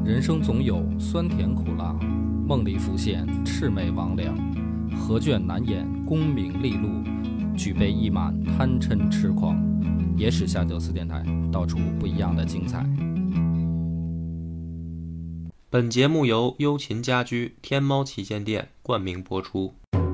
人生总有酸甜苦辣，梦里浮现魑魅魍魉，何卷难掩功名利禄，举杯一满贪嗔痴狂。野史下酒四电台，道出不一样的精彩。 本节目由优琴家居天猫旗舰店冠名播出。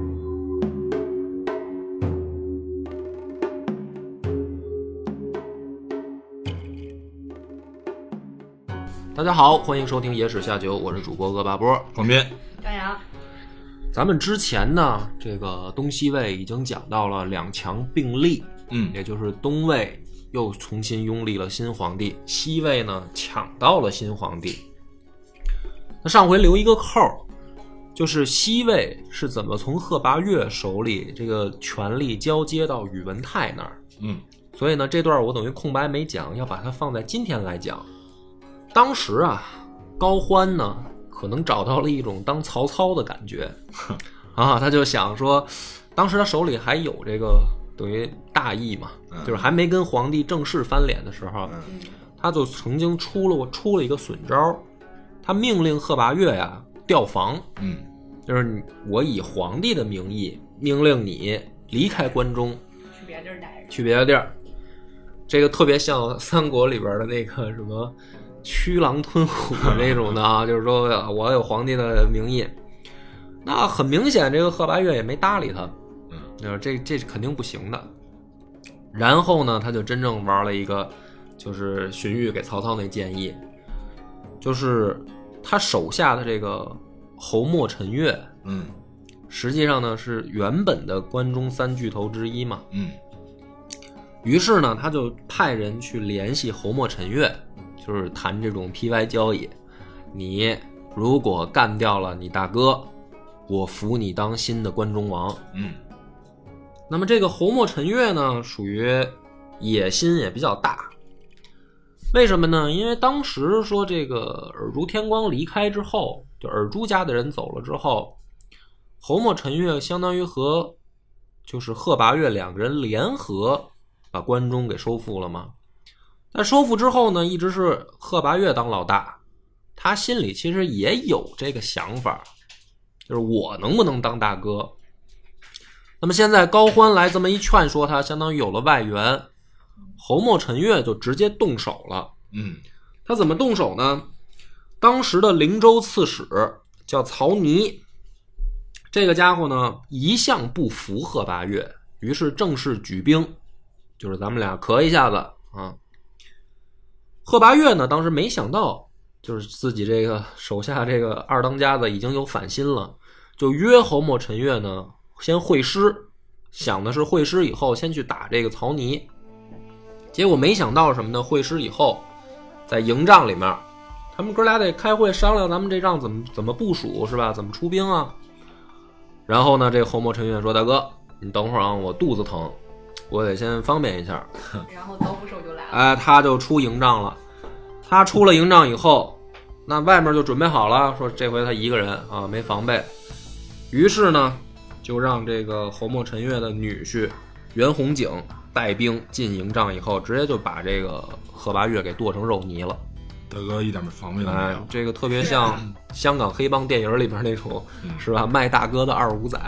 大家好，欢迎收听野史下酒，我是主播恶霸波广斌张扬。 咱们之前呢，这个东西魏已经讲到了两强并立，也就是东魏又重新拥立了新皇帝，西魏呢抢到了新皇帝。那上回留一个扣，就是西魏是怎么从贺拔岳手里这个权力交接到宇文泰那儿。所以呢，这段我等于空白没讲，要把它放在今天来讲。当时啊，高欢呢可能找到了一种当曹操的感觉啊，他就想说，当时他手里还有这个等于大义嘛，就是还没跟皇帝正式翻脸的时候，他就曾经出了一个损招，他命令贺拔岳呀调防，就是我以皇帝的名义命令你离开关中， 去别的地儿待着， 去别的地儿。这个特别像三国里边的那个什么驱狼吞虎这种的啊，就是说我有皇帝的名义。那很明显，这个贺拔岳也没搭理他，这是肯定不行的。然后呢，他就真正玩了一个，就是荀彧给曹操那建议，就是他手下的这个侯莫陈越，实际上呢是原本的关中三巨头之一嘛，于是呢，他就派人去联系侯莫陈越，就是谈这种 PY 交易，你如果干掉了你大哥，我扶你当新的关中王。那么这个侯莫陈越呢，属于野心也比较大。为什么呢？因为当时说这个尔朱天光离开之后，就尔朱家的人走了之后，侯莫陈越相当于和就是贺拔岳两个人联合把关中给收复了嘛。但收复之后呢，一直是贺拔岳当老大，他心里其实也有这个想法，就是我能不能当大哥。那么现在高欢来这么一劝说他，相当于有了外援，侯莫陈越就直接动手了。他怎么动手呢？当时的灵州刺史叫曹尼，这个家伙呢一向不服贺拔岳，于是正式举兵，就是咱们俩磕一下子啊。贺拔岳呢当时没想到，就是自己这个手下这个二当家的已经有反心了，就约侯莫陈越呢先会师，想的是会师以后先去打这个曹尼。结果没想到什么呢？会师以后在营帐里面，他们哥俩得开会商量咱们这仗怎么部署是吧？怎么出兵啊？然后呢，这个侯莫陈越说：“大哥，你等会儿啊，我肚子疼，我得先方便一下。” 然后刀斧手就来了。 他就出营帐了。他出了营帐以后，那外面就准备好了，说这回他一个人啊，没防备。于是呢，就让这个侯莫陈越的女婿袁弘景带兵进营帐以后，直接就把这个贺拔岳给剁成肉泥了。 大哥一点防备都没有， 这个特别像香港黑帮电影里边那种，是吧？卖大哥的二五仔。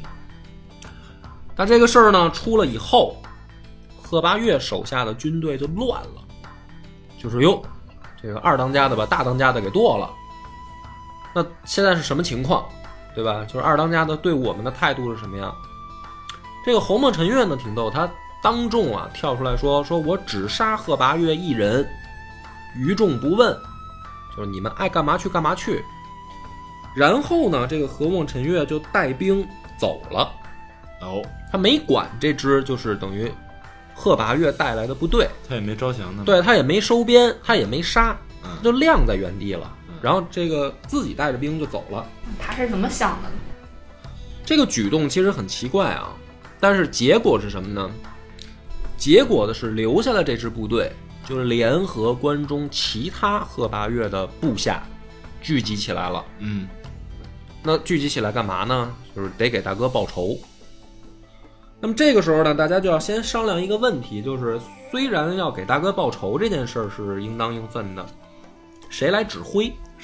但这个事儿呢出了以后，贺拔岳手下的军队就乱了，就是这个二当家的把大当家的给剁了。那现在是什么情况，对吧？就是二当家的对我们的态度是什么样？这个侯莫陈越呢挺逗，他当众啊跳出来说我只杀贺拔岳一人，于众不问，就是你们爱干嘛去干嘛去。然后呢，这个侯莫陈越就带兵走了。他没管这支就是等于贺拔岳带来的部队， 他也没招降呢， 对，他也没收编，他也没杀，就晾在原地了。然后这个自己带着兵就走了。 他是怎么想的呢？ 这个举动其实很奇怪啊，但是结果是什么呢？结果的是留下了这支部队，就是联合关中其他贺拔岳的部下聚集起来了。那聚集起来干嘛呢？就是得给大哥报仇。那么这个时候呢，大家就要先商量一个问题，就是虽然要给大哥报仇这件事儿是应当应分的，谁来指挥？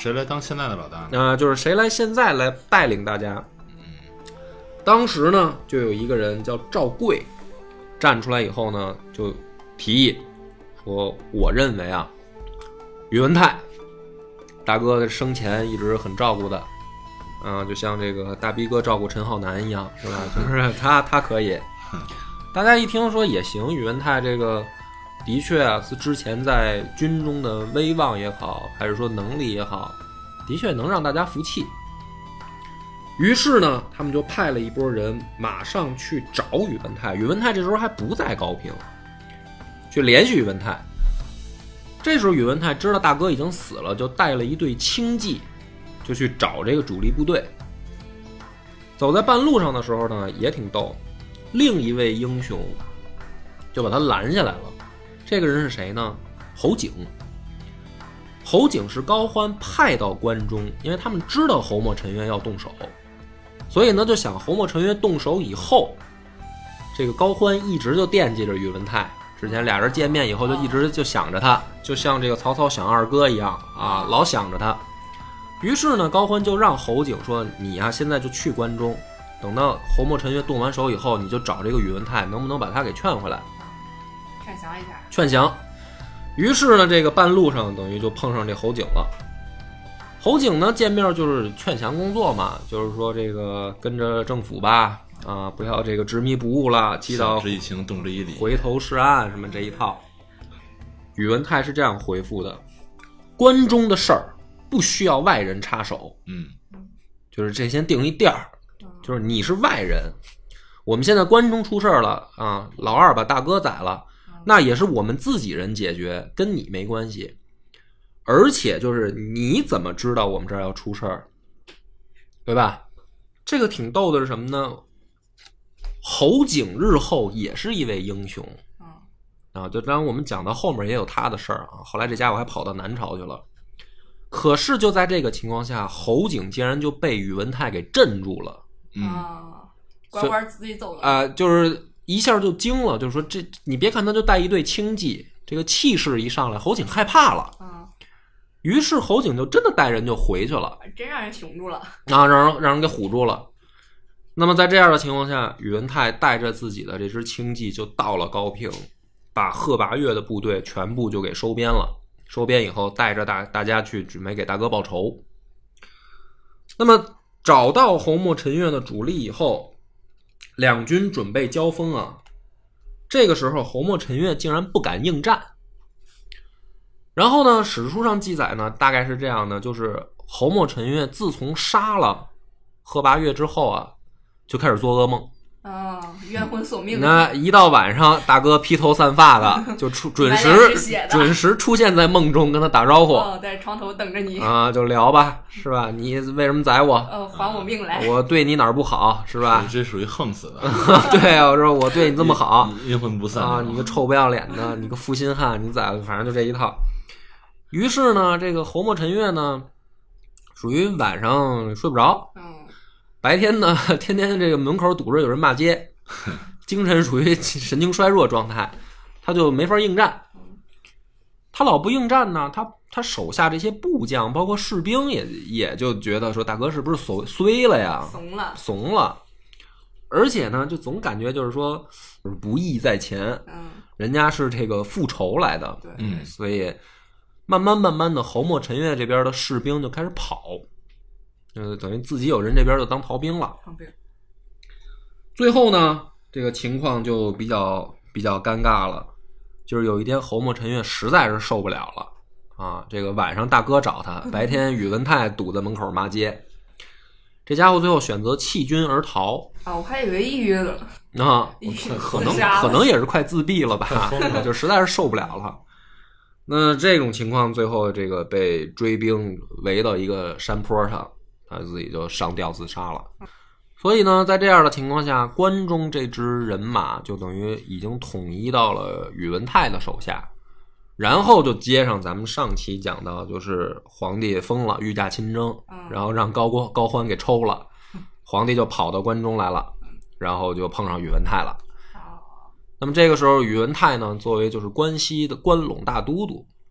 谁来当现在的老大呢？ 就是谁来现在来带领大家。当时呢，就有一个人叫赵贵，站出来以后呢，就提议说：“我认为啊，宇文泰大哥生前一直很照顾的，就像这个大逼哥照顾陈浩南一样，是吧？就是他可以。”大家一听说也行，宇文泰这个的确啊，是之前在军中的威望也好，还是说能力也好，的确能让大家服气。于是呢，他们就派了一拨人马上去找宇文泰。宇文泰这时候还不在高平，去联系宇文泰。这时候宇文泰知道大哥已经死了，就带了一队轻骑，就去找这个主力部队。走在半路上的时候呢，也挺逗，另一位英雄就把他拦下来了。这个人是谁呢？侯景。侯景是高欢派到关中，因为他们知道侯莫陈渊要动手，所以呢就想侯莫陈渊动手以后，这个高欢一直就惦记着宇文泰。之前俩人见面以后就一直就想着他，就像这个曹操想二哥一样啊，老想着他。于是呢，高欢就让侯景说：“你啊，现在就去关中，等到侯莫陈渊动完手以后，你就找这个宇文泰，能不能把他给劝回来？” 劝降一下。 劝降。于是呢，这个半路上等于就碰上这侯景了。侯景呢见面就是劝降工作嘛，就是说这个跟着政府吧，不要这个执迷不悟了，祈祷晓之以情，动之以理， 回头是岸什么这一套。宇文泰是这样回复的：关中的事儿不需要外人插手，就是这先定一调，就是你是外人，我们现在关中出事了啊，老二把大哥宰了，那也是我们自己人解决，跟你没关系。而且就是你怎么知道我们这儿要出事儿，对吧？这个挺逗的是什么呢？侯景日后也是一位英雄就当然我们讲到后面也有他的事儿啊。后来这家伙还跑到南朝去了。可是就在这个情况下，侯景竟然就被宇文泰给镇住了。 乖乖自己走了就是一下就惊了，就是说这你别看他就带一队轻骑，这个气势一上来，侯景害怕了。于是侯景就真的带人就回去了， 真让人熊住了让人给唬住了。那么在这样的情况下，宇文泰带着自己的这支轻骑就到了高平，把贺拔岳的部队全部就给收编了。收编以后，带着大家去准备给大哥报仇。那么找到侯莫陈岳的主力以后，两军准备交锋啊。这个时候侯莫陈岳竟然不敢应战。然后呢，史书上记载呢，大概是这样的，就是侯莫陈岳自从杀了贺拔岳之后啊，就开始做噩梦。 冤魂索命。 那一到晚上，大哥披头散发的就准时出现在梦中，跟他打招呼。 在床头等着你就聊吧，是吧？你为什么宰我？ 还我命来！ 我对你哪儿不好，是吧？ 这属于横死的。 对啊，我说我对你这么好， 阴魂不散你个臭不要脸的，你个负心汉，你宰反正就这一套。于是呢，这个侯莫陈岳呢，属于晚上睡不着，白天呢，天天这个门口堵着有人骂街，精神属于神经衰弱状态，他就没法应战。他老不应战呢，他手下这些部将，包括士兵也就觉得说，大哥是不是衰了呀？怂了。而且呢，就总感觉就是说不义在前，人家是这个复仇来的，所以慢慢的，侯莫陈岳这边的士兵就开始跑，等于自己有人这边就当逃兵了。最后呢，这个情况就比较尴尬了，就是有一天侯莫陈岳实在是受不了了这个晚上大哥找他，白天宇文泰堵在门口骂街，这家伙最后选择弃军而逃。 我还以为抑郁了可能也是快自闭了吧，就实在是受不了了。那这种情况最后这个被追兵围到一个山坡上，他自己就上吊自杀了。所以呢，在这样的情况下，关中这支人马就等于已经统一到了宇文泰的手下。然后就接上咱们上期讲到，就是皇帝疯了，御驾亲征，然后让高欢给抽了，皇帝就跑到关中来了，然后就碰上宇文泰了。那么这个时候宇文泰呢，作为就是关西的关陇大都督，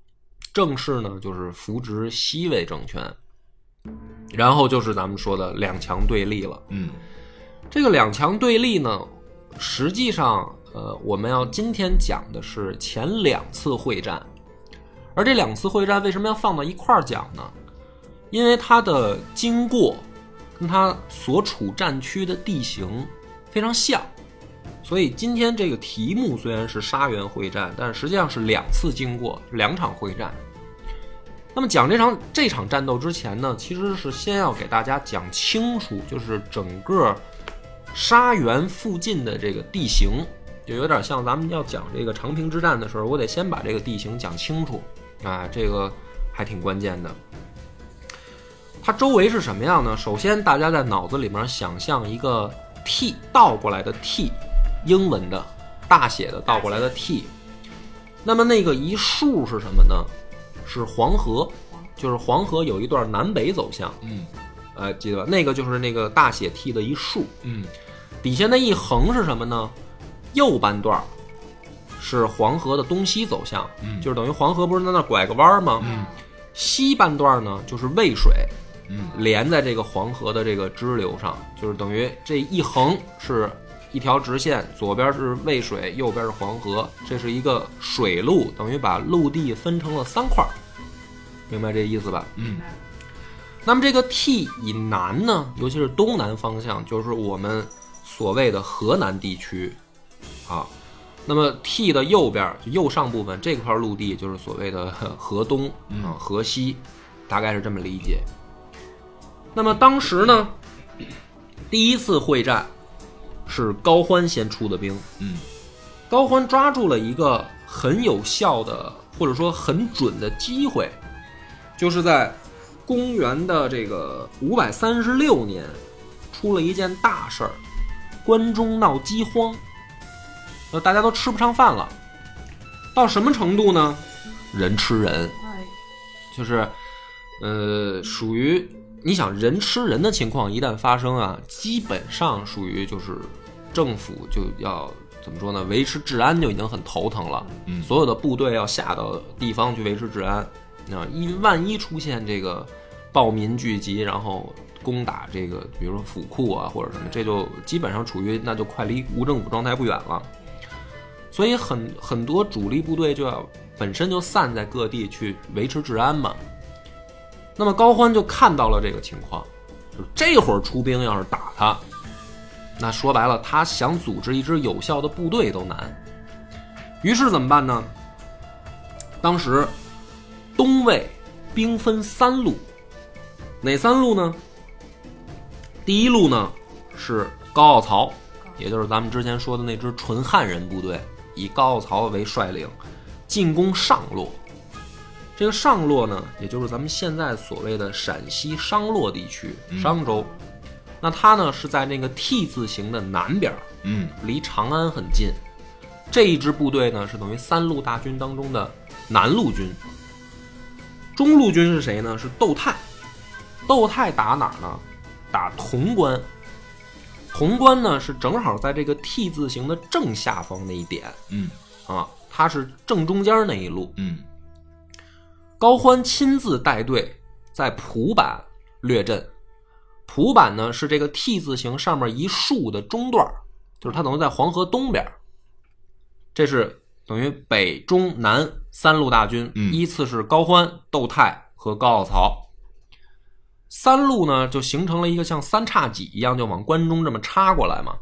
正式呢就是扶植西魏政权，然后就是咱们说的两强对立了。这个两强对立呢，实际上我们要今天讲的是前2次会战，而这2次会战为什么要放到一块儿讲呢？因为它的经过跟它所处战区的地形非常像，所以今天这个题目虽然是沙原会战，但实际上是2次经过，2场会战。那么讲这场战斗之前呢，其实是先要给大家讲清楚，就是整个沙原附近的这个地形，就有点像咱们要讲这个长平之战的时候，我得先把这个地形讲清楚啊，这个还挺关键的。它周围是什么样呢？首先大家在脑子里面想象一个 T 倒过来的 T， 英文的大写的倒过来的 T， 那么那个一竖是什么呢？是黄河，就是黄河有一段南北走向，记得吧？那个就是那个大写 T 的一竖，底下那一横是什么呢？右半段是黄河的东西走向，就是等于黄河不是在那拐个弯吗？西半段呢就是渭水，连在这个黄河的这个支流上，就是等于这一横是一条直线，左边是渭水，右边是黄河，这是一个水路，等于把陆地分成了3块，明白这意思吧？那么这个 T 以南呢，尤其是东南方向，就是我们所谓的河南地区啊。那么 T 的右边，就右上部分这块陆地，就是所谓的河东啊、河西，大概是这么理解。那么当时呢，第1次会战是高欢先出的兵，高欢抓住了一个很有效的或者说很准的机会，就是在公元的这个536年出了一件大事儿，关中闹饥荒，大家都吃不上饭了，到什么程度呢？人吃人，就是属于你想人吃人的情况一旦发生啊，基本上属于就是政府就要怎么说呢？维持治安就已经很头疼了，所有的部队要下到地方去维持治安。万一出现这个暴民聚集，然后攻打这个，比如说府库啊或者什么，这就基本上处于那就快离无政府状态不远了。所以很多主力部队就要本身就散在各地去维持治安嘛。那么高欢就看到了这个情况，就这会儿出兵要是打他，那说白了他想组织一支有效的部队都难。于是怎么办呢？当时东魏兵分3路，哪3路呢？第一路呢是高傲曹，也就是咱们之前说的那支纯汉人部队，以高傲曹为率领进攻上洛。这个上洛呢，也就是咱们现在所谓的陕西商洛地区，商州。那它呢是在那个 T 字形的南边，离长安很近。这一支部队呢是等于3路大军当中的南路军。中路军是谁呢？是窦泰。窦泰打哪儿呢？打潼关。潼关呢是正好在这个 T 字形的正下方那一点，它是正中间那一路。高欢亲自带队在蒲坂略阵。蒲坂呢是这个 T 字形上面一竖的中段，就是它等于在黄河东边。这是等于北中南3路大军，依次是高欢、窦泰和高傲曹。3路呢就形成了一个像3叉戟一样，就往关中这么插过来嘛。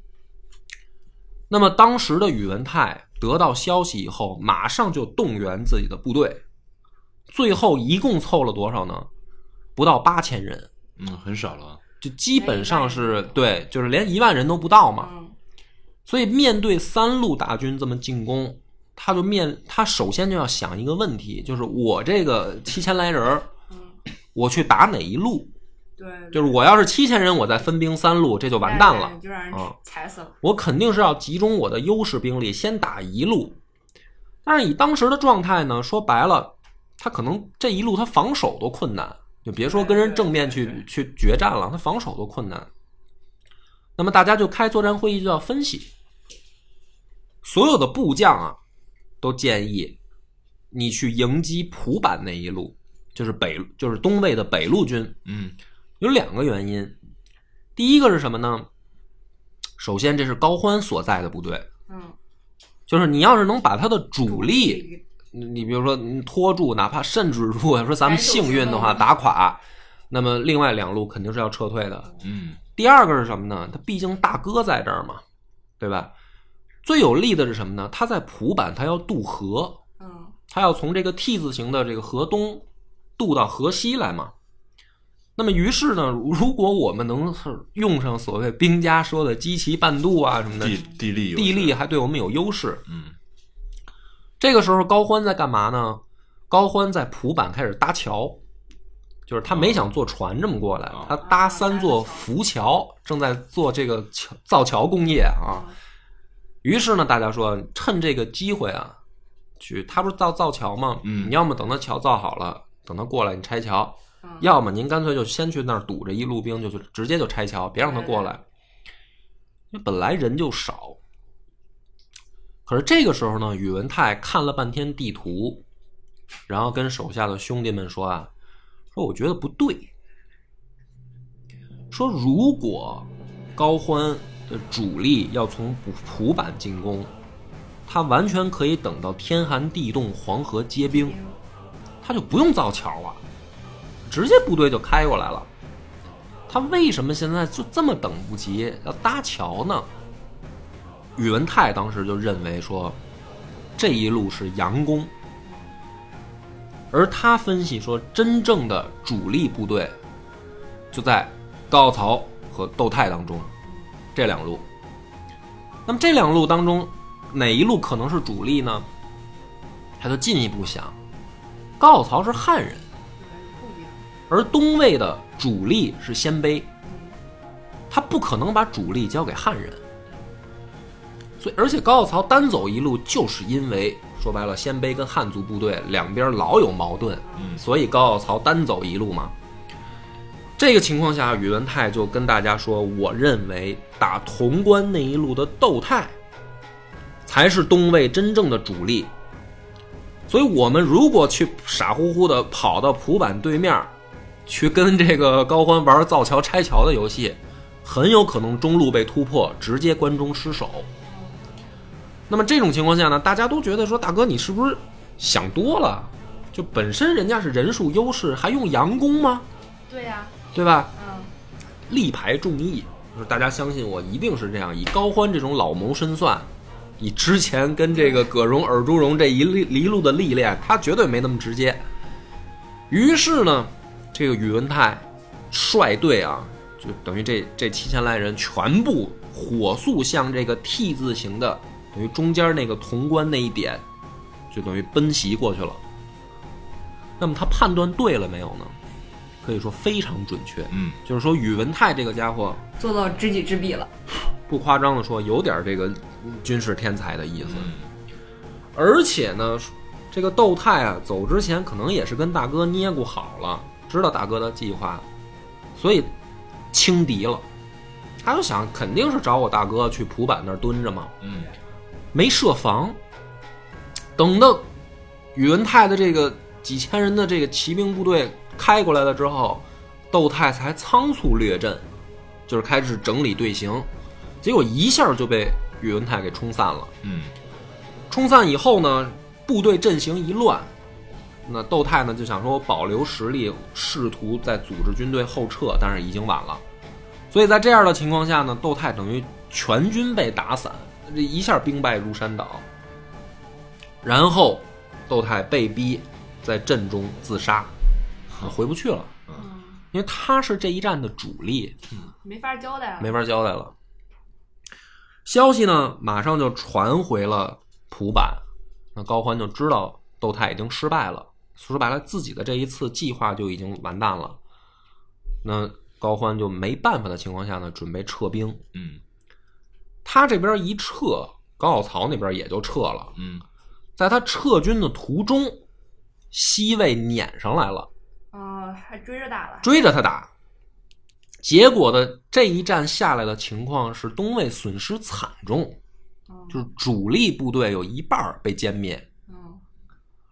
那么当时的宇文泰得到消息以后，马上就动员自己的部队，最后一共凑了多少呢？不到8000人。 很少了， 就基本上是对，就是连1万人都不到嘛。所以面对3路大军这么进攻，他首先就要想一个问题，就是我这个7000来人，我去打哪一路？ 对， 就是我要是7000人，我再分兵3路，这就完蛋了， 就让人踩死了。 我肯定是要集中我的优势兵力，先打一路。但是以当时的状态呢，说白了，他可能这一路他防守都困难，就别说跟人正面去决战了，他防守都困难。那么大家就开作战会议，就要分析。所有的部将啊，都建议你去迎击蒲坂那一路，就是东魏的北路军。有2个原因。第一个是什么呢？首先这是高欢所在的部队，就是你要是能把他的主力，你比如说拖住，哪怕甚至如果说咱们幸运的话打垮，那么另外2路肯定是要撤退的。第二个是什么呢？他毕竟大哥在这儿嘛，对吧？最有利的是什么呢？他在蒲坂，他要渡河，他要从这个 T 字形的这个河东渡到河西来嘛。那么于是呢，如果我们能用上所谓兵家说的机骑半渡啊什么的， 地利还对我们有优势。这个时候高欢在干嘛呢？高欢在蒲坂开始搭桥，就是他没想坐船这么过来，他搭3座浮桥，正在做这个造桥工业啊。于是呢，大家说趁这个机会啊，他不是造桥吗？你要么等他桥造好了，等他过来你拆桥，要么您干脆就先去那儿堵着一路兵，就直接就拆桥，别让他过来。因为本来人就少。可是这个时候呢，宇文泰看了半天地图，然后跟手下的兄弟们说说我觉得不对。说如果高欢的主力要从蒲坂进攻，他完全可以等到天寒地冻，黄河结冰，他就不用造桥了，直接部队就开过来了。他为什么现在就这么等不及要搭桥呢？宇文泰当时就认为说这一路是佯攻，而他分析说真正的主力部队就在高曹和窦泰当中，这2路。那么这2路当中哪一路可能是主力呢？他就进一步想，高曹是汉人，而东魏的主力是鲜卑，他不可能把主力交给汉人。所以而且高曹单走一路，就是因为说白了鲜卑跟汉族部队两边老有矛盾，所以高曹单走一路嘛。这个情况下，宇文泰就跟大家说，我认为打潼关那一路的窦泰才是东魏真正的主力，所以我们如果去傻乎乎的跑到蒲坂对面去跟这个高欢玩造桥拆桥的游戏，很有可能中路被突破，直接关中失守。那么这种情况下呢，大家都觉得说，大哥你是不是想多了？就本身人家是人数优势，还用佯攻吗？ 对呀， 对吧？力排众议，就是大家相信我，一定是这样。以高欢这种老谋深算，以之前跟这个葛荣、尔朱荣这一路的历练，他绝对没那么直接。于是呢，这个宇文泰率队啊，就等于这7000来人全部火速向这个 T 字形的，等于中间那个潼关那一点，就等于奔袭过去了。那么他判断对了没有呢？可以说非常准确。就是说宇文泰这个家伙做到知己知彼了， 不夸张的说，有点这个军事天才的意思。而且呢，这个窦泰啊，走之前可能也是跟大哥捏咕好了，知道大哥的计划，所以轻敌了。他就想，肯定是找我大哥去蒲坂那儿蹲着嘛。没设防。等到宇文泰的这个几千人的这个骑兵部队开过来了之后，窦泰才仓促掠阵，就是开始整理队形，结果一下就被宇文泰给冲散了。冲散以后呢，部队阵型一乱，那窦泰呢就想说我保留实力，试图再组织军队后撤，但是已经晚了。所以在这样的情况下呢，窦泰等于全军被打散，这一下兵败如山倒。然后窦泰被逼在阵中自杀，回不去了，因为他是这一战的主力， 没法交代了。消息呢马上就传回了蒲坂，那高欢就知道窦泰已经失败了，说白了自己的这一次计划就已经完蛋了。那高欢就没办法的情况下呢，准备撤兵。他这边一撤，高傲曹那边也就撤了。在他撤军的途中，西魏撵上来了， 还追着打了， 追着他打。结果的这一战下来的情况是东魏损失惨重，就是主力部队有一半被歼灭，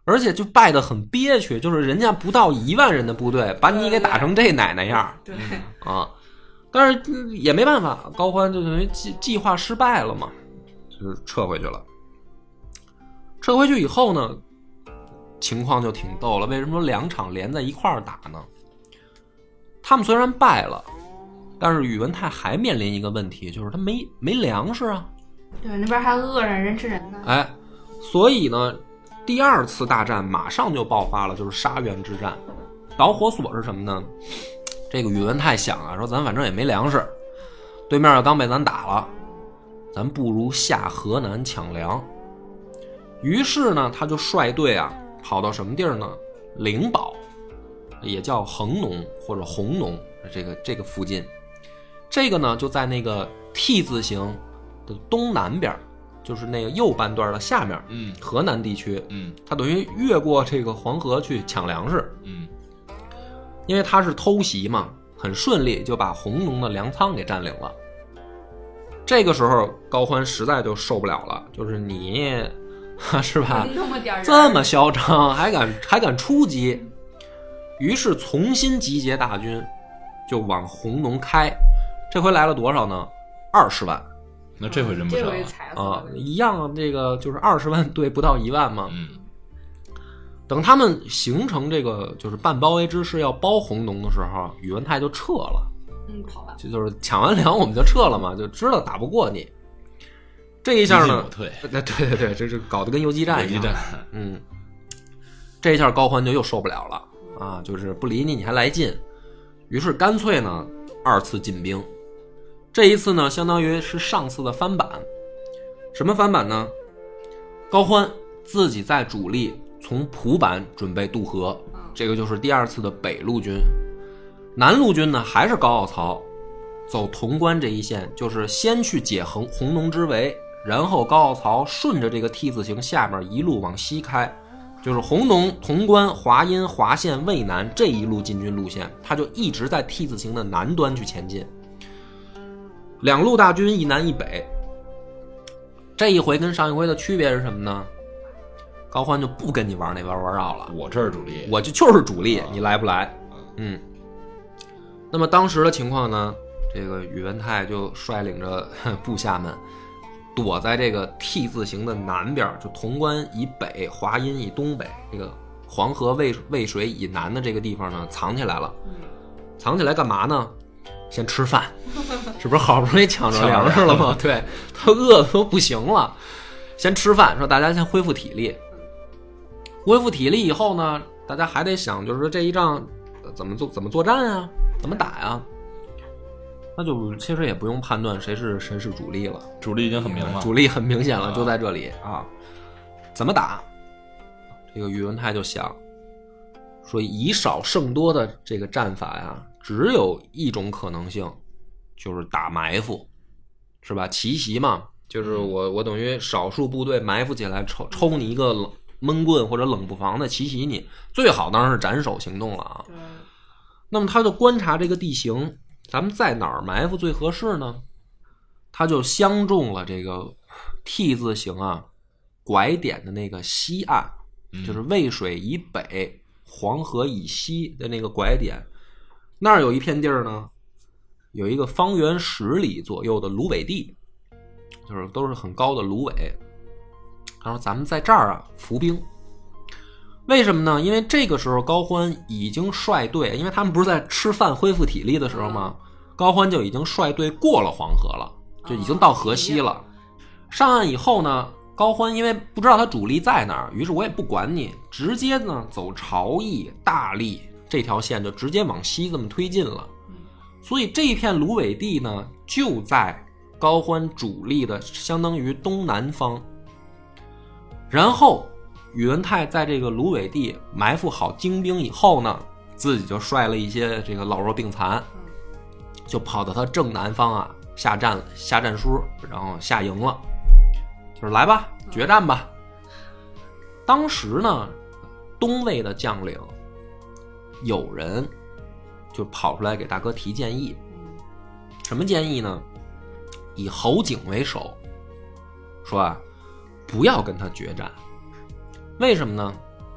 而且就败得很憋屈，就是人家不到1万人的部队，把你给打成这奶奶样， 对啊，但是也没办法，高欢就等于计划失败了嘛，就是撤回去了。撤回去以后呢，情况就挺逗了。为什么说2场连在一块儿打呢？他们虽然败了，但是宇文泰还面临一个问题，就是他没粮食啊。 对，那边还饿着人吃人呢。 哎，所以呢，第2次大战马上就爆发了，就是沙原之战。导火索是什么呢？这个宇文泰想啊，说咱反正也没粮食，对面又刚被咱打了，咱不如下河南抢粮。于是呢，他就率队啊，跑到什么地儿呢？灵宝，也叫恒农或者红农，这个附近。这个呢，就在那个 T 字形的东南边，就是那个右半段的下面，河南地区，他等于越过这个黄河去抢粮食，因为他是偷袭嘛，很顺利就把红农的粮仓给占领了。这个时候高欢实在就受不了了，就是你是吧，这么嚣张还敢出击，于是重新集结大军就往红农开。这回来了多少呢？20万。 那这回人不少啊，一样，这个就是20万对不到1万嘛。等他们形成这个就是半包围之势要包红农的时候，宇文泰就撤了。 好吧， 就是抢完粮我们就撤了嘛，就知道打不过你。这一下呢，对，这是搞得跟游击战一样。这一下高欢就又受不了了啊，就是不理你，你还来劲，于是干脆呢2次进兵。这一次呢，相当于是上次的翻版。什么翻版呢？高欢自己在主力从蒲坂准备渡河，这个就是第2次的北路军。南路军呢，还是高傲曹走潼关这一线，就是先去解红农之围，然后高傲曹顺着这个 T 字形下边一路往西开，就是红农、潼关、华阴、华县、渭南这一路进军路线，他就一直在 T 字形的南端去前进。2路大军一南一北。这一回跟上一回的区别是什么呢？高欢就不跟你玩那玩绕了， 我这是主力， 我就是主力，你来不来？那么当时的情况呢，这个宇文泰就率领着部下们躲在这个 T 字形的南边，就潼关以北，华阴以东北，这个黄河渭水以南的这个地方呢藏起来了。藏起来干嘛呢？先吃饭，是不是好不容易抢着粮食了吗？对，他饿的都不行了，先吃饭，说大家先恢复体力。恢复体力以后呢，大家还得想，就是说这一仗怎么作战啊，怎么打呀？那就其实也不用判断谁是主力了， 主力已经很明了， 主力很明显了，就在这里啊。怎么打？这个宇文泰就想说，以少胜多的这个战法呀，只有一种可能性，就是打埋伏，是吧？奇袭嘛，就是我等于少数部队埋伏起来，抽你一个闷棍或者冷不防的奇袭你，最好当然是斩首行动了啊。那么他就观察这个地形，咱们在哪儿埋伏最合适呢？他就相中了这个 T 字形啊拐点的那个西岸，就是渭水以北、黄河以西的那个拐点，那儿有一片地儿呢，有一个方圆10里左右的芦苇地，就是都是很高的芦苇。然后咱们在这儿啊伏兵。为什么呢？因为这个时候高欢已经率队，因为他们不是在吃饭恢复体力的时候吗？高欢就已经率队过了黄河了，就已经到河西了。上岸以后呢，高欢因为不知道他主力在哪儿，于是我也不管你，直接呢走朝义、大荔这条线，就直接往西这么推进了。所以这一片芦苇地呢，就在高欢主力的相当于东南方。然后宇文泰在这个芦苇地埋伏好精兵以后呢，自己就率了一些这个老弱病残，就跑到他正南方啊下战书，然后下营了，就是来吧，决战吧。当时呢，东魏的将领有人就跑出来给大哥提建议。什么建议呢？以侯景为首，说啊，不要跟他决战。为什么呢？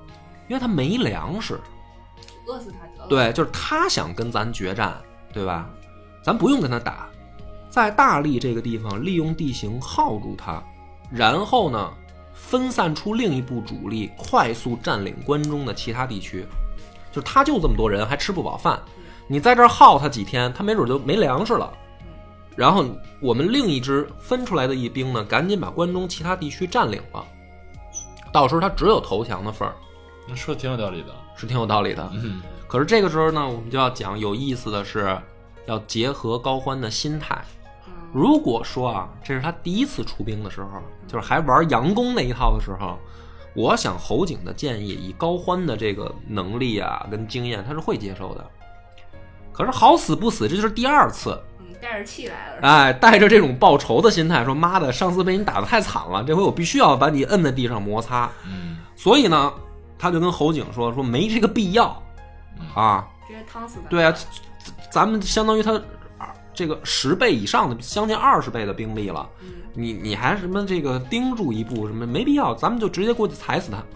因为他没粮食， 饿死他得了。 对，就是他想跟咱决战，对吧？咱不用跟他打，在大荔这个地方利用地形耗住他，然后呢分散出另一部主力，快速占领关中的其他地区。就是他就这么多人，还吃不饱饭，你在这儿耗他几天，他没准就没粮食了。然后我们另一支分出来的一兵呢，赶紧把关中其他地区占领了，到时候他只有投降的份儿。 那说挺有道理的， 是挺有道理的。可是这个时候呢，我们就要讲有意思的是，要结合高欢的心态。如果说啊，这是他第一次出兵的时候，就是还玩佯攻那一套的时候，我想侯景的建议，以高欢的这个能力啊跟经验，他是会接受的。可是好死不死，这就是第二次， 带着气来了， 哎，带着这种报仇的心态，说妈的，上次被你打得太惨了，这回我必须要把你摁在地上摩擦。所以呢，他就跟侯景说没这个必要啊， 直接烫死他。 对啊，咱们相当于他这个10倍以上的，将近20倍的兵力了，你还什么这个盯住一步什么，没必要，咱们就直接过去踩死他。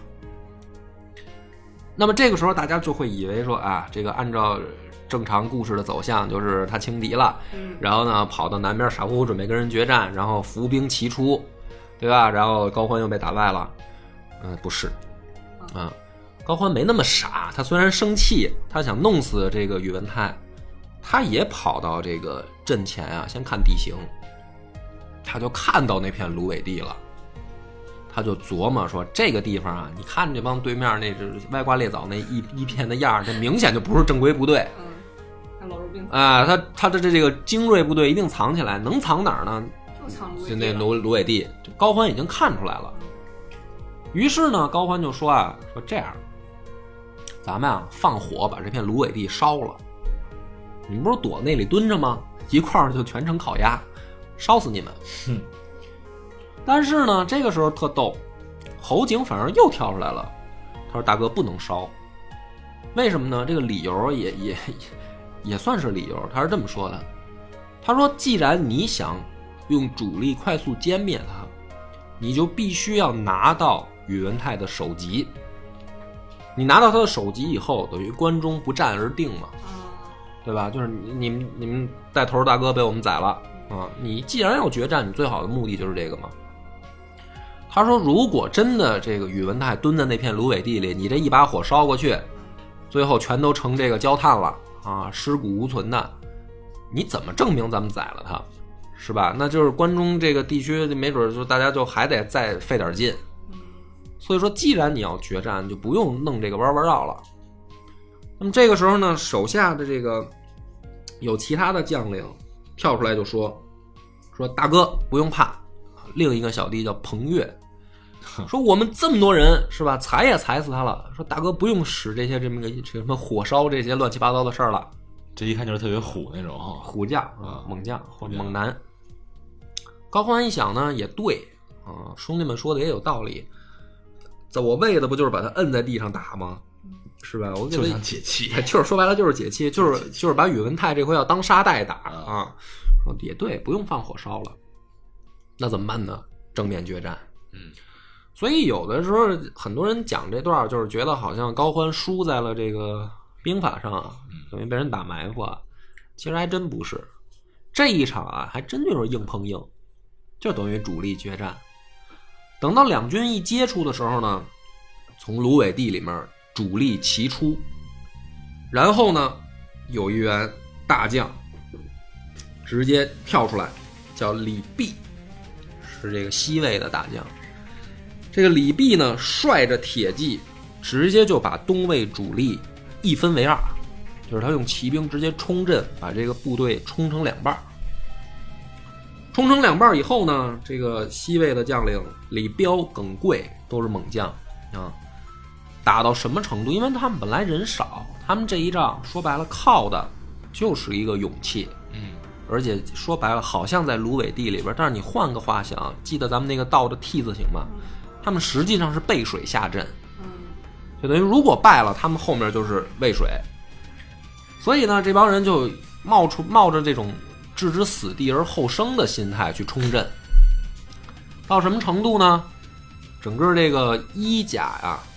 那么这个时候大家就会以为说啊，这个按照正常故事的走向，就是他轻敌了，然后呢跑到南边傻乎乎准备跟人决战，然后伏兵齐出，对吧？然后高欢又被打败了。不是啊，高欢没那么傻，他虽然生气，他想弄死这个宇文泰，他也跑到这个阵前啊，先看地形，他就看到那片芦苇地了，他就琢磨说这个地方啊，你看这帮对面那是歪瓜裂枣那一片的样，这明显就不是正规部队。 老弱病啊，他的这个精锐部队一定藏起来，能藏哪儿呢？ 就藏就那芦苇地。高欢已经看出来了，于是呢，高欢就说啊，说这样，咱们啊放火把这片芦苇地烧了。你们不是躲那里蹲着吗？一块儿就全程烤鸭，烧死你们。但是呢，这个时候特逗，侯景反而又跳出来了，他说：“大哥不能烧，为什么呢？这个理由也算是理由。他是这么说的，他说：既然你想用主力快速歼灭他，你就必须要拿到宇文泰的首级。你拿到他的首级以后，等于关中不战而定嘛，对吧？就是你们带头大哥被我们宰了啊！你既然要决战，你最好的目的就是这个嘛。”他说：“如果真的这个宇文泰蹲在那片芦苇地里，你这一把火烧过去，最后全都成这个焦炭了啊，尸骨无存的，你怎么证明咱们宰了他，是吧？那就是关中这个地区，没准就大家就还得再费点劲。所以说，既然你要决战，就不用弄这个弯弯绕了。那么这个时候呢，手下的这个有其他的将领跳出来就说大哥不用怕。另一个小弟叫彭越。”说我们这么多人是吧，踩也踩死他了。说大哥不用使这些这么个什么火烧这些乱七八糟的事儿了。 这一看就是特别虎那种虎将啊，猛将或者猛男。高欢一想呢，也对啊，兄弟们说的也有道理。我为的不就是把他摁在地上打吗？是吧？我就想解气， 就是说白了就是解气，就是把宇文泰这回要当沙袋打啊。说也对，不用放火烧了。那怎么办呢？正面决战。所以有的时候很多人讲这段，就是觉得好像高欢输在了这个兵法上，等于被人打埋伏啊。其实还真不是，这一场啊，还真就是硬碰硬，就等于主力决战。等到两军一接触的时候呢，从芦苇地里面主力齐出，然后呢，有一员大将直接跳出来，叫李泌，是这个西魏的大将。这个李泌呢，率着铁骑，直接就把东魏主力一分为二，就是他用骑兵直接冲阵，把这个部队冲成两半。冲成两半以后呢，这个西魏的将领李彪、耿贵都是猛将啊，打到什么程度？因为他们本来人少，他们这一仗说白了靠的就是一个勇气。而且说白了，好像在芦苇地里边，但是你换个话想，记得咱们那个倒的 T 字形吗？他们实际上是背水下阵，就等于如果败了，他们后面就是渭水。所以呢，这帮人就冒着这种置之死地而后生的心态去冲阵。到什么程度呢？整个这个衣甲呀、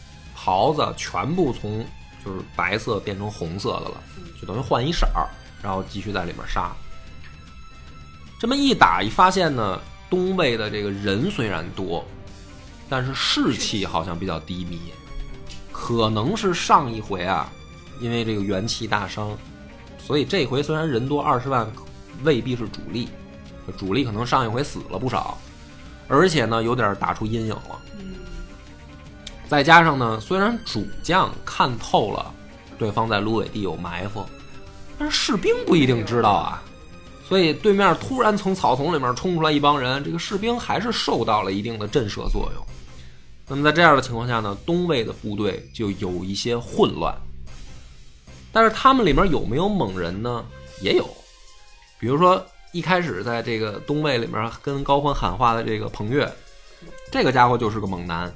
袍子全部从就是白色变成红色的了，就等于换一色儿，然后继续在里面杀。这么一打一发现呢，东魏的这个人虽然多，但是士气好像比较低迷，可能是上一回啊，因为这个元气大伤，所以这回虽然人多20万，未必是主力，主力可能上一回死了不少，而且呢有点打出阴影了。再加上呢，虽然主将看透了对方在芦苇地有埋伏，但是士兵不一定知道啊。所以对面突然从草丛里面冲出来一帮人，这个士兵还是受到了一定的震慑作用。那么在这样的情况下呢，东魏的部队就有一些混乱。但是他们里面有没有猛人呢？也有。比如说一开始在这个东魏里面跟高欢喊话的这个彭越，这个家伙就是个猛男。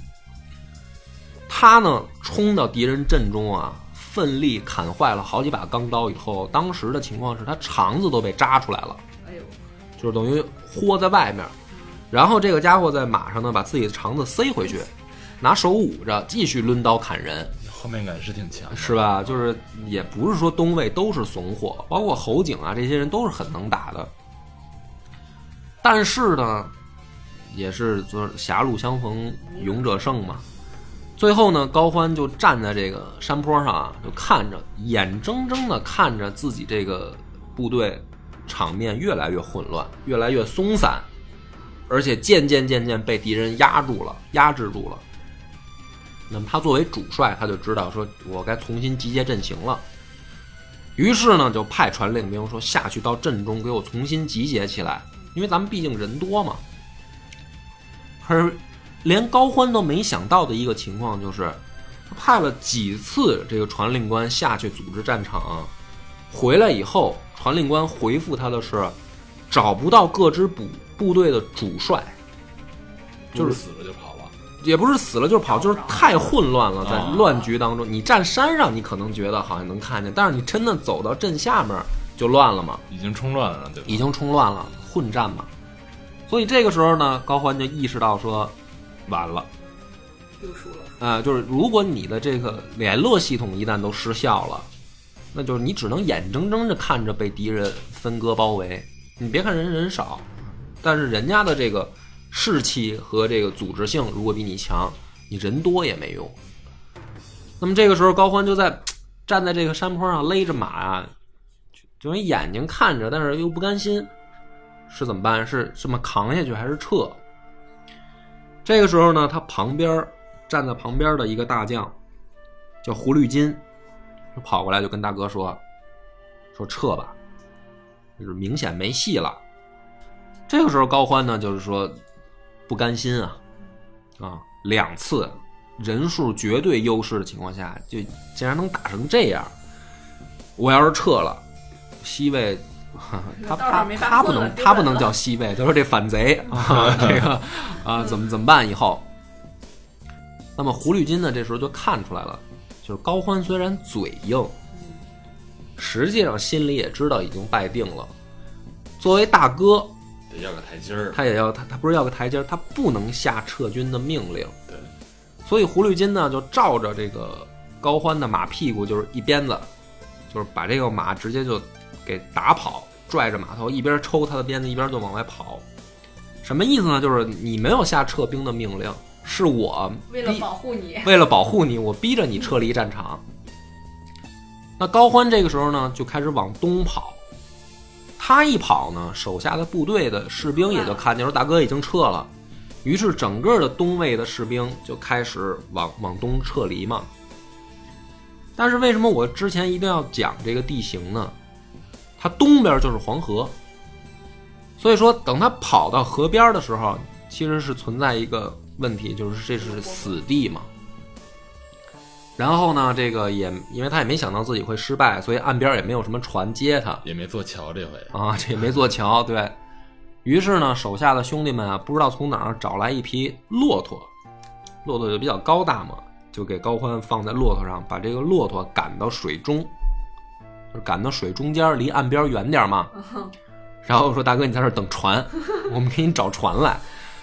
他呢冲到敌人阵中啊，奋力砍坏了好几把钢刀以后，当时的情况是他肠子都被扎出来了，就是等于豁在外面。然后这个家伙在马上呢，把自己的肠子塞回去，拿手捂着，继续抡刀砍人。 后面感是挺强， 是吧？就是也不是说东魏都是怂货，包括侯景啊这些人都是很能打的。但是呢，也是说狭路相逢勇者胜嘛。最后呢，高欢就站在这个山坡上啊，就看着，眼睁睁的看着自己这个部队场面越来越混乱，越来越松散，而且渐渐被敌人压制住了。那么他作为主帅，他就知道说我该重新集结阵型了。于是呢，就派传令兵说下去到阵中给我重新集结起来，因为咱们毕竟人多嘛。可是连高欢都没想到的一个情况就是，他派了几次这个传令官下去组织战场，回来以后，传令官回复他的是找不到各支部队的主帅， 就是死了就跑了， 也不是死了就跑，就是太混乱了，在乱局当中，你站山上你可能觉得好像能看见，但是你真的走到阵下面就乱了嘛， 已经冲乱了，对吧？ 已经冲乱了，混战嘛。所以这个时候呢，高欢就意识到说，完了， 又输了。 就是如果你的这个联络系统一旦都失效了，那就是你只能眼睁睁着看着被敌人分割包围。你别看人少，但是人家的这个士气和这个组织性如果比你强，你人多也没用。那么这个时候高欢就站在这个山坡上勒着马啊，就用眼睛看着，但是又不甘心，是怎么办？是这么扛下去还是撤？这个时候呢，他站在旁边的一个大将叫胡律金，就跑过来就跟大哥说撤吧，就是明显没戏了。这个时候高欢呢就是说不甘心2次人数绝对优势的情况下，就竟然能打成这样，我要是撤了，西魏他不能叫西魏，他说这反贼这个怎么办以后？那么胡律金呢这时候就看出来了，就是高欢虽然嘴硬，实际上心里也知道已经败定了。作为大哥， 得要个台阶儿， 他也要他不是要个台阶儿，他不能下撤军的命令。 对， 所以胡律金呢就照着这个高欢的马屁股，就是一鞭子，就是把这个马直接就给打跑，拽着马头一边抽他的鞭子一边就往外跑。什么意思呢？就是你没有下撤兵的命令，是我为了保护你， 我逼着你撤离战场。那高欢这个时候呢就开始往东跑，他一跑呢，手下的部队的士兵也就看见说大哥已经撤了，于是整个的东魏的士兵就开始往东撤离嘛。但是为什么我之前一定要讲这个地形呢？它东边就是黄河，所以说等他跑到河边的时候，其实是存在一个问题，就是这是死地嘛。然后呢，这个也因为他也没想到自己会失败，所以岸边也没有什么船接他， 也没做桥这回这也没做桥。对，于是呢，手下的兄弟们不知道从哪儿找来一匹骆驼就比较高大嘛，就给高欢放在骆驼上，把这个骆驼赶到水中，就是赶到水中间，离岸边远点嘛。然后说大哥，你在这儿等船，我们给你找船来。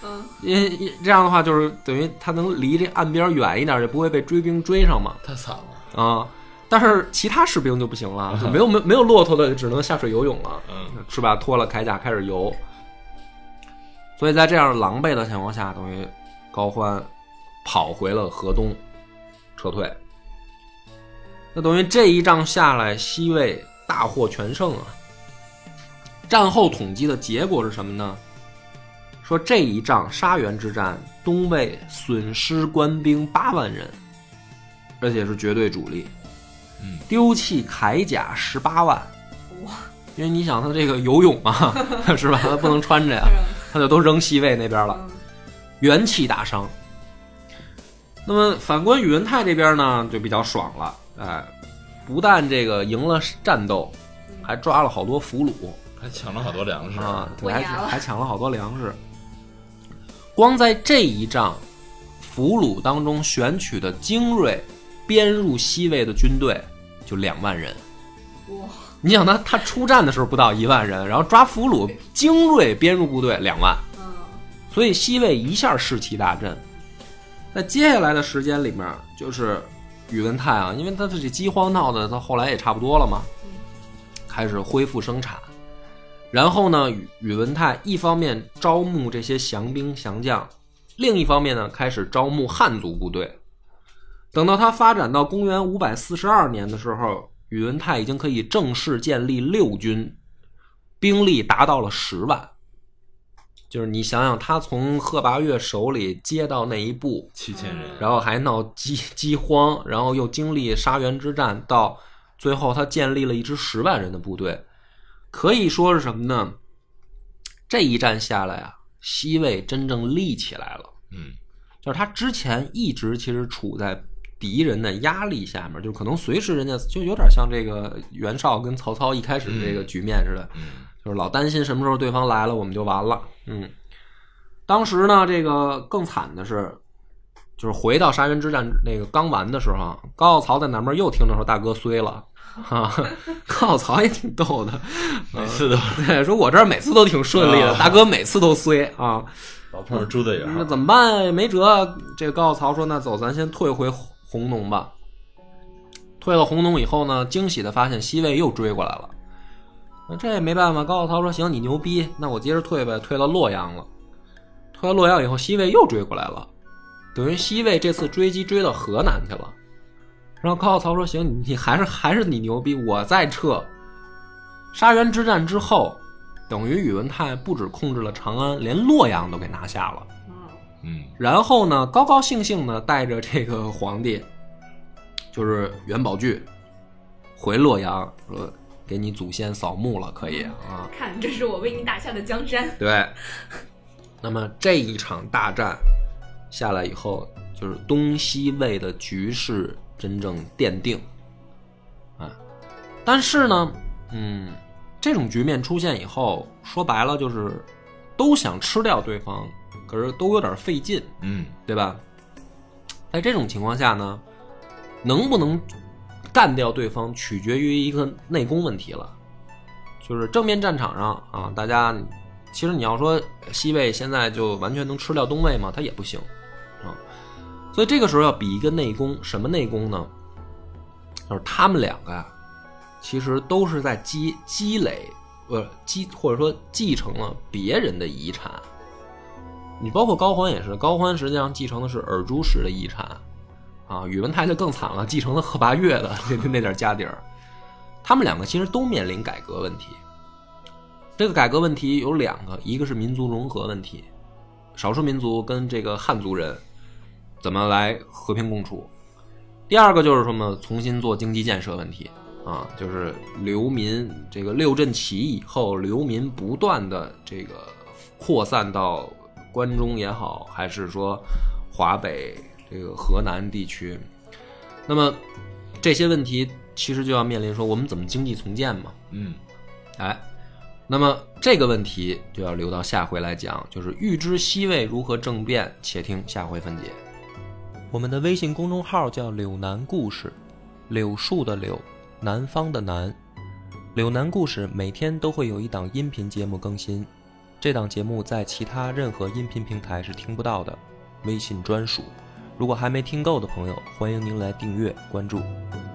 因这样的话就是等于他能离这岸边远一点，就不会被追兵追上嘛。 太惨了啊！但是其他士兵就不行了，就没有骆驼的，就只能下水游泳了，是吧？脱了铠甲开始游。所以在这样狼狈的情况下，等于高欢跑回了河东，撤退。那等于这一仗下来，西魏大获全胜啊！战后统计的结果是什么呢？说这一仗沙原之战，东魏损失官兵8万人，而且是绝对主力。丢弃铠甲18万。 哇！ 因为你想他这个游泳嘛，是吧？他不能穿着呀，他就都扔西魏那边了，元气大伤。那么反观宇文泰这边呢，就比较爽了，哎，不但这个赢了战斗，还抓了好多俘虏， 还抢了好多粮食啊，对，还抢了好多粮食。光在这一仗，俘虏当中选取的精锐编入西魏的军队就2万人。 哇！ 你想他出战的时候不到1万人，然后抓俘虏精锐编入部队2万，所以西魏一下士气大振。在接下来的时间里面，就是宇文泰啊，因为他这饥荒闹的，他后来也差不多了嘛，开始恢复生产。然后呢，宇文泰一方面招募这些降兵降将，另一方面呢，开始招募汉族部队。等到他发展到公元542年的时候，宇文泰已经可以正式建立6军，兵力达到了10万。就是你想想，他从贺拔岳手里接到那一步 7000人， 然后还闹饥荒，然后又经历沙原之战，到最后他建立了一支10万人的部队。可以说是什么呢？这一战下来啊，西魏真正立起来了。就是他之前一直其实处在敌人的压力下面，就是可能随时人家就有点像这个袁绍跟曹操一开始这个局面似的，就是老担心什么时候对方来了我们就完了。当时呢，这个更惨的是，就是回到沙原之战那个刚完的时候，高傲曹在南边又听着说大哥衰了。高傲曹也挺逗的， 每次都对，说我这儿每次都挺顺利的，大哥每次都衰啊， 老碰上猪队友， 那怎么办？没辙。这个高傲曹说：“那走，咱先退回弘农吧。”退了弘农以后呢，惊喜的发现西魏又追过来了。那这也没办法，高傲曹说：“行，你牛逼，那我接着退呗。”退到洛阳了。退到洛阳以后，西魏又追过来了，等于西魏这次追击追到河南去了。然后高傲曹说：“行，你还是你牛逼，我再撤。”沙原之战之后，等于宇文泰不止控制了长安，连洛阳都给拿下了。然后呢，高高兴兴的带着这个皇帝，就是元宝炬，回洛阳，说给你祖先扫墓了，可以啊。 看，这是我为你打下的江山。 对。那么这一场大战下来以后，就是东西魏的局势真正奠定啊。但是呢，这种局面出现以后，说白了就是都想吃掉对方，可是都有点费劲，对吧？在这种情况下呢，能不能干掉对方，取决于一个内功问题了。就是正面战场上啊，大家其实你要说西魏现在就完全能吃掉东魏吗？它也不行啊。所以这个时候要比一个内功，什么内功呢？就是他们两个啊，其实都是在积累，或者说继承了别人的遗产。你包括高欢也是，高欢实际上继承的是尔朱氏的遗产啊，宇文泰就更惨了，继承了贺拔岳的那点家底儿。他们两个其实都面临改革问题。这个改革问题有2个，一个是民族融合问题，少数民族跟这个汉族人怎么来和平共处。第二个就是什么，重新做经济建设问题啊，就是流民这个六镇起义以后，流民不断的这个扩散到关中也好，还是说华北这个河南地区。那么这些问题其实就要面临说我们怎么经济重建嘛。那么这个问题就要留到下回来讲，就是欲知西魏如何政变，且听下回分解。我们的微信公众号叫柳南故事，柳树的柳，南方的南。柳南故事每天都会有一档音频节目更新， 这档节目在其他任何音频平台是听不到的，微信专属。如果还没听够的朋友，欢迎您来订阅关注。